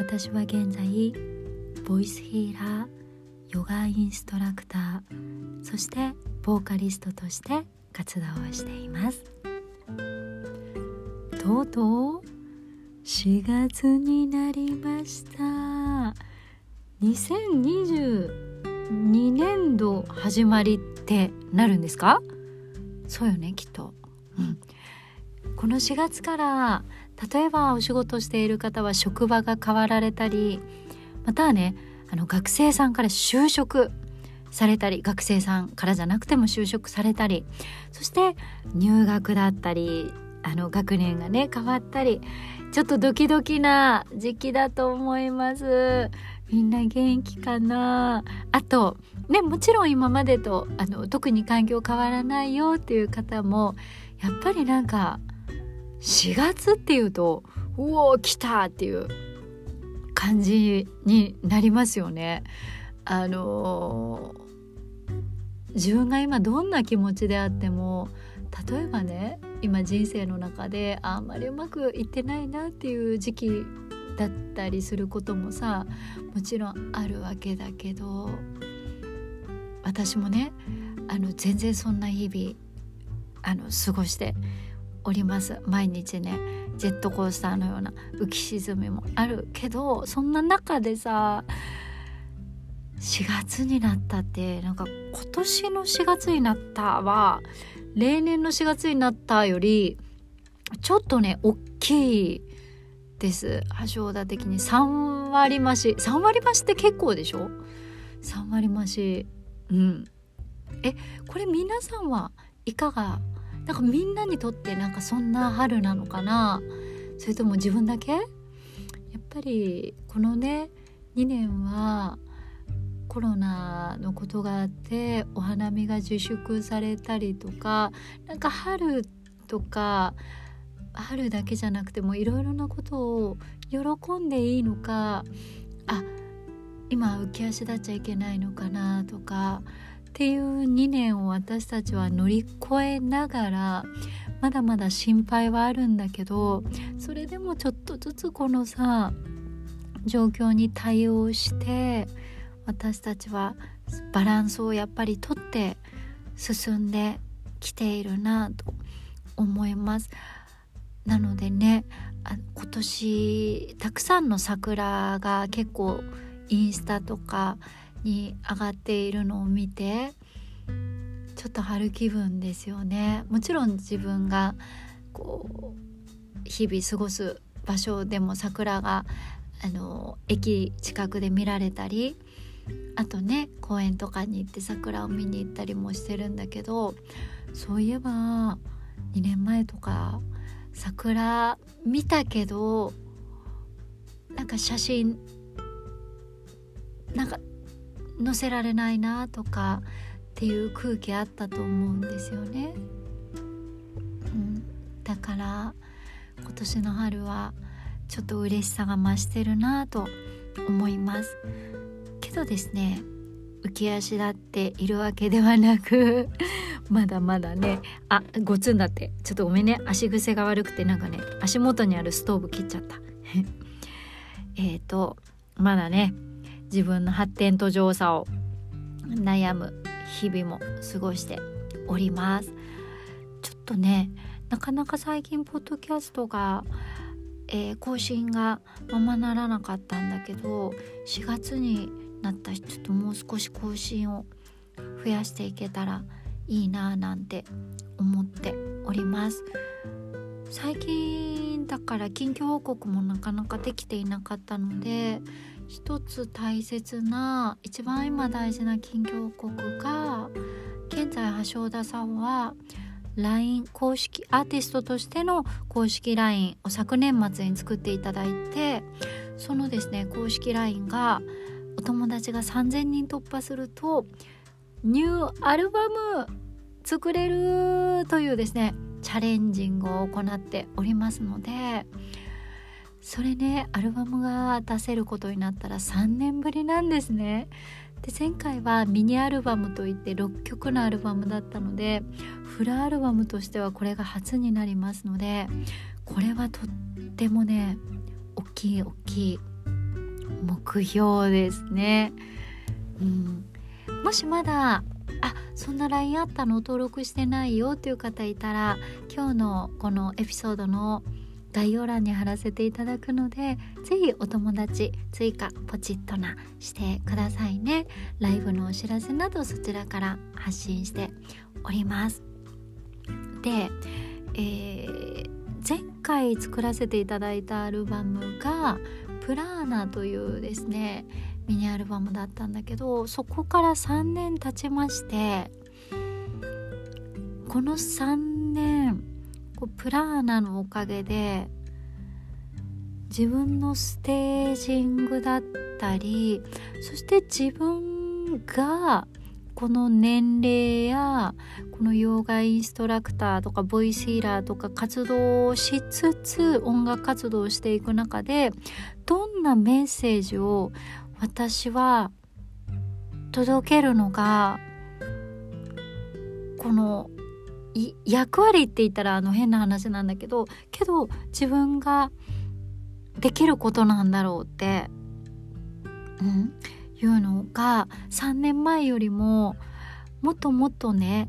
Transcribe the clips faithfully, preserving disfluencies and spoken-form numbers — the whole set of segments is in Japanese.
私は現在ボイスヒーラー、ヨガインストラクター、そしてボーカリストとして活動をしています。とうとうしがつになりました。にせんにじゅうにねんど始まりってなるんですか？そうよね、きっと、うん、このしがつから例えばお仕事している方は職場が変わられたり、またはねあの学生さんから就職されたり、学生さんからじゃなくても就職されたり、そして入学だったり、あの学年がね変わったり、ちょっとドキドキな時期だと思います。みんな元気かな。あとね、もちろん今までとあの特に環境変わらないよっていう方もやっぱりなんかしがつっていうとうおー来たっていう感じになりますよね。あのー、自分が今どんな気持ちであっても、例えばね今人生の中であんまりうまくいってないなっていう時期だったりすることもさ、もちろんあるわけだけど、私もねあの全然そんな日々あの過ごしております。毎日ねジェットコースターのような浮き沈みもあるけど、そんな中でさしがつになったって、なんか今年のしがつになったは例年のしがつになったよりちょっとね大きいです。波長打的にさんわり増し、さんわり増しって結構でしょ。さんわり増し、うんえこれ皆さんはいかが、なんかみんなにとってなんかそんな春なのかな、それとも自分だけ。やっぱりこのねにねんはコロナのことがあってお花見が自粛されたりとか、なんか春とか春だけじゃなくてもいろいろなことを喜んでいいのか、あ今浮き足立っちゃいけないのかなとかっていうにねんを私たちは乗り越えながら、まだまだ心配はあるんだけど、それでもちょっとずつこのさ状況に対応して私たちはバランスをやっぱりとって進んできているなと思います。なのでね、あ今年たくさんの桜が結構インスタとかに上がっているのを見てちょっと春気分ですよね。もちろん自分がこう日々過ごす場所でも桜があの駅近くで見られたり、あとね公園とかに行って桜を見に行ったりもしてるんだけど、そういえばにねんまえとか桜見たけどなんか写真なんか載せられないなとかっていう空気あったと思うんですよね、うん、だから今年の春はちょっと嬉しさが増してるなと思いますけどですね、浮き足立っているわけではなくまだまだね、あごつんだって、ちょっとごめんね、足癖が悪くてなんかね足元にあるストーブ切っちゃったえっとまだね自分の発展途上さを悩む日々も過ごしております。ちょっとねなかなか最近ポッドキャストが、えー、更新がままならなかったんだけど、しがつになったしちょっともう少し更新を増やしていけたらいいななんて思っております。最近だから近況報告もなかなかできていなかったので、一つ大切な一番今大事な近況報告が、現在橋田さんは ライン 公式アーティストとしての公式 ライン を昨年末に作っていただいて、そのですね公式 ライン がお友達がさんぜんにん突破するとニューアルバム作れるというですねチャレンジングを行っておりますので、それねアルバムが出せることになったらさんねんぶりなんですね。で前回はミニアルバムといってろっきょくのアルバムだったので、フルアルバムとしてはこれが初になりますので、これはとってもね大きい大きい目標ですね。うん、もしまだあそんな ライン あったの登録してないよっていう方いたら、今日のこのエピソードの概要欄に貼らせていただくので、ぜひお友達追加ポチッとなしてくださいね。ライブのお知らせなどそちらから発信しております。で、えー、前回作らせていただいたアルバムがプラーナというですねミニアルバムだったんだけど、そこからさんねん経ちまして、このさんねんこうプラーナのおかげで自分のステージングだったり、そして自分がこの年齢やこのヨガインストラクターとかボイスヒーラーとか活動をしつつ音楽活動をしていく中で、どんなメッセージを私は届けるのが、この役割って言ったらあの変な話なんだけど、けど自分ができることなんだろうって、うん、いうのがさんねんまえよりももっともっとね、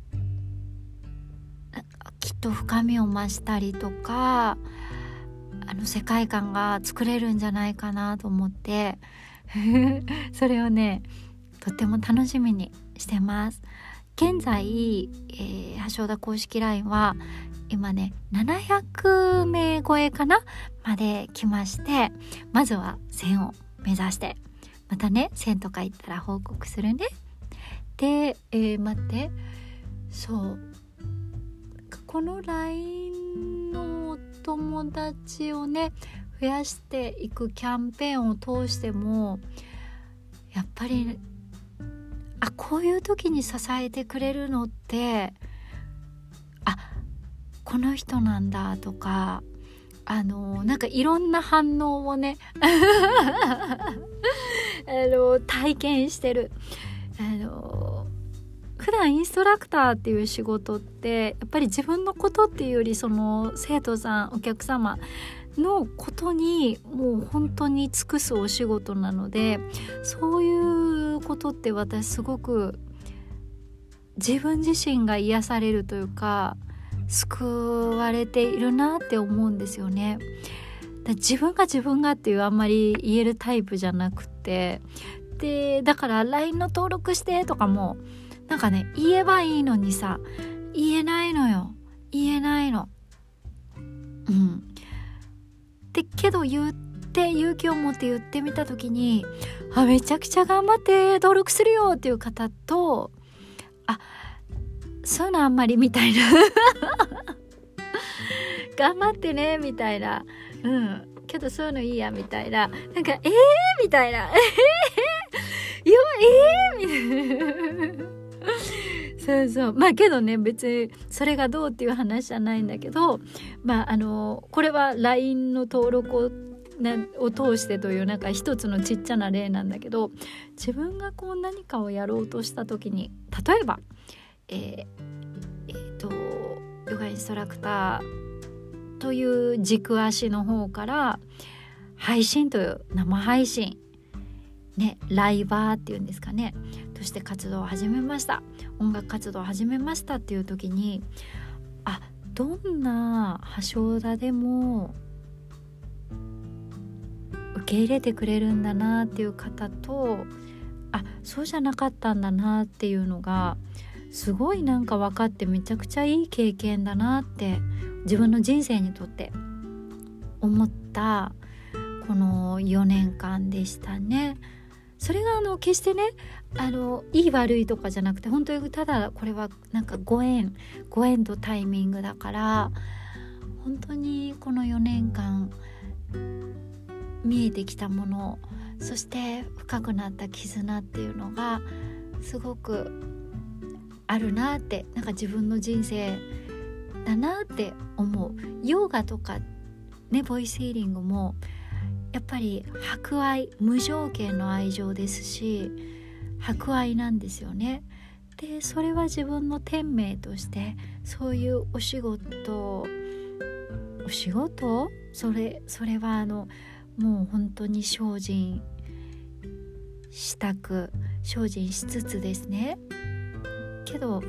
きっと深みを増したりとか、あの世界観が作れるんじゃないかなと思ってそれをねとっても楽しみにしてます。現在、えー、橋田公式 ライン は今ねななひゃくめい超えかなまで来まして、まずはせんを目指して、またねせんとか行ったら報告するね。で、えー、待ってそうこの ライン のお友達をね増やしていくキャンペーンを通しても、やっぱりあこういう時に支えてくれるのってあこの人なんだとか、あのなんかいろんな反応をねあの体験してる。あの普段インストラクターっていう仕事ってやっぱり自分のことっていうより、その生徒さんお客様のことにもう本当に尽くすお仕事なので、そういうことって私すごく自分自身が癒されるというか救われているなって思うんですよね。だ自分が自分がっていうあんまり言えるタイプじゃなくて、でだから ライン の登録してとかもなんかね言えばいいのにさ言えないのよ言えないのうんでけど言って勇気を持って言ってみた時にあめちゃくちゃ頑張って登録するよっていう方と、あそういうのあんまりみたいな頑張ってねみたいな、うんけどそういうのいいやみたいな、なんかえーみたいなえーいやえーみたいなそうそうまあけどね別にそれがどうっていう話じゃないんだけど、まああのこれは ライン の登録をなを通してというなんか一つのちっちゃな例なんだけど、自分がこう何かをやろうとした時に、例えばえー、えー、とヨガインストラクターという軸足の方から配信という生配信ね、ライバーっていうんですかねとして活動を始めました、音楽活動を始めましたっていう時に、あどんな橋田でも受け入れてくれるんだなっていう方と、あそうじゃなかったんだなっていうのがすごいなんか分かって、めちゃくちゃいい経験だなって自分の人生にとって思ったこのよねんかんでしたね。それがあの決してねあのいい悪いとかじゃなくて、本当にただこれはなんかご縁ご縁とタイミングだから、本当にこのよねんかん見えてきたもの、そして深くなった絆っていうのがすごくあるなって、なんか自分の人生だなって思う。ヨガとかねボイスヒーリングもやっぱり博愛、無条件の愛情ですし博愛なんですよね。でそれは自分の天命としてそういうお仕事お仕事それそれはあのもう本当に精進したく精進しつつですね。けど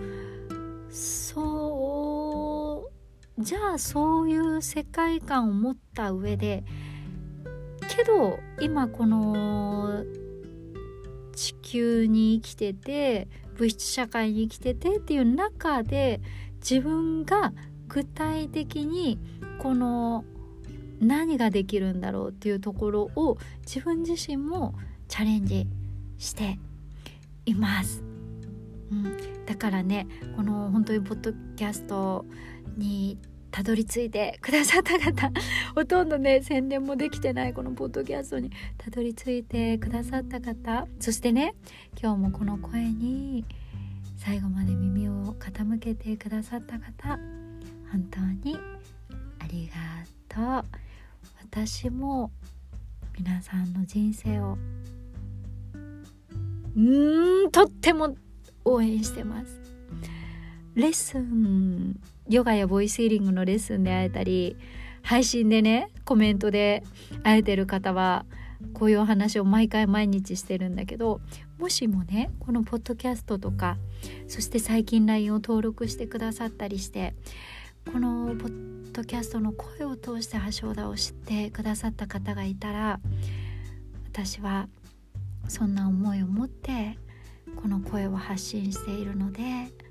そうじゃあそういう世界観を持った上で、けど今この地球に生きてて物質社会に生きててっていう中で、自分が具体的にこの何ができるんだろうっていうところを自分自身もチャレンジしています、うん、だからね、この本当にポッドキャストにたどり着いてくださった方ほとんどね宣伝もできてないこのポッドキャストにたどり着いてくださった方、そしてね今日もこの声に最後まで耳を傾けてくださった方、本当にありがとう。私も皆さんの人生をうーんとっても応援してます。レッスン、ヨガやボイスヒーリングのレッスンで会えたり、配信でねコメントで会えてる方はこういうお話を毎回毎日してるんだけど、もしもねこのポッドキャストとか、そして最近 ライン を登録してくださったりして、このポッドキャストの声を通して橋田を知ってくださった方がいたら、私はそんな思いを持ってこの声を発信しているので、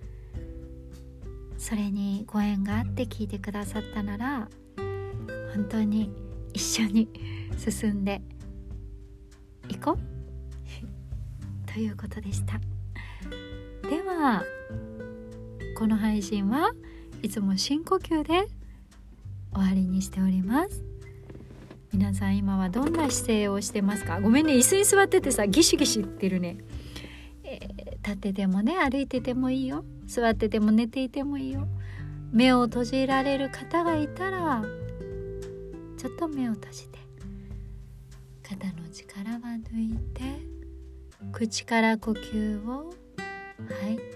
それにご縁があって聞いてくださったなら、本当に一緒に進んでいこうということでした。ではこの配信はいつも深呼吸で終わりにしております。皆さん今はどんな姿勢をしてますか？ごめんね、椅子に座っててさギシギシ言ってるね、えー、立っててもね歩いててもいいよ、座ってても寝ていてもいいよ。目を閉じられる方がいたらちょっと目を閉じて、肩の力は抜いて、口から呼吸を吐いて、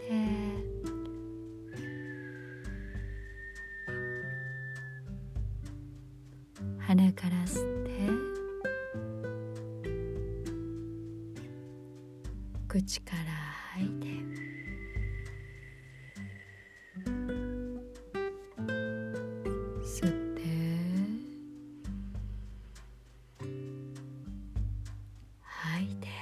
鼻から吸って口から吐いて、吸って吐いて、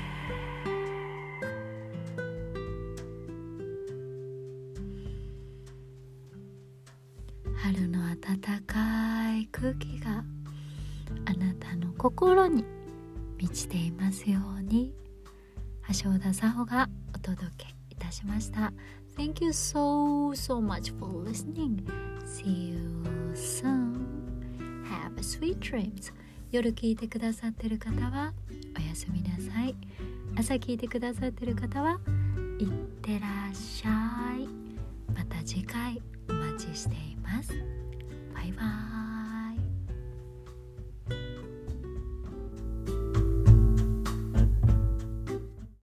春の暖かい空気があなたの心に満ちていますように。橋田沙穂がお届けいたしました。 Thank you so so much for listening. See you soon. Have a sweet dreams. 夜聞いてくださってる方はおやすみなさい。朝聞いてくださってる方はいってらっしゃい。また次回お待ちしています。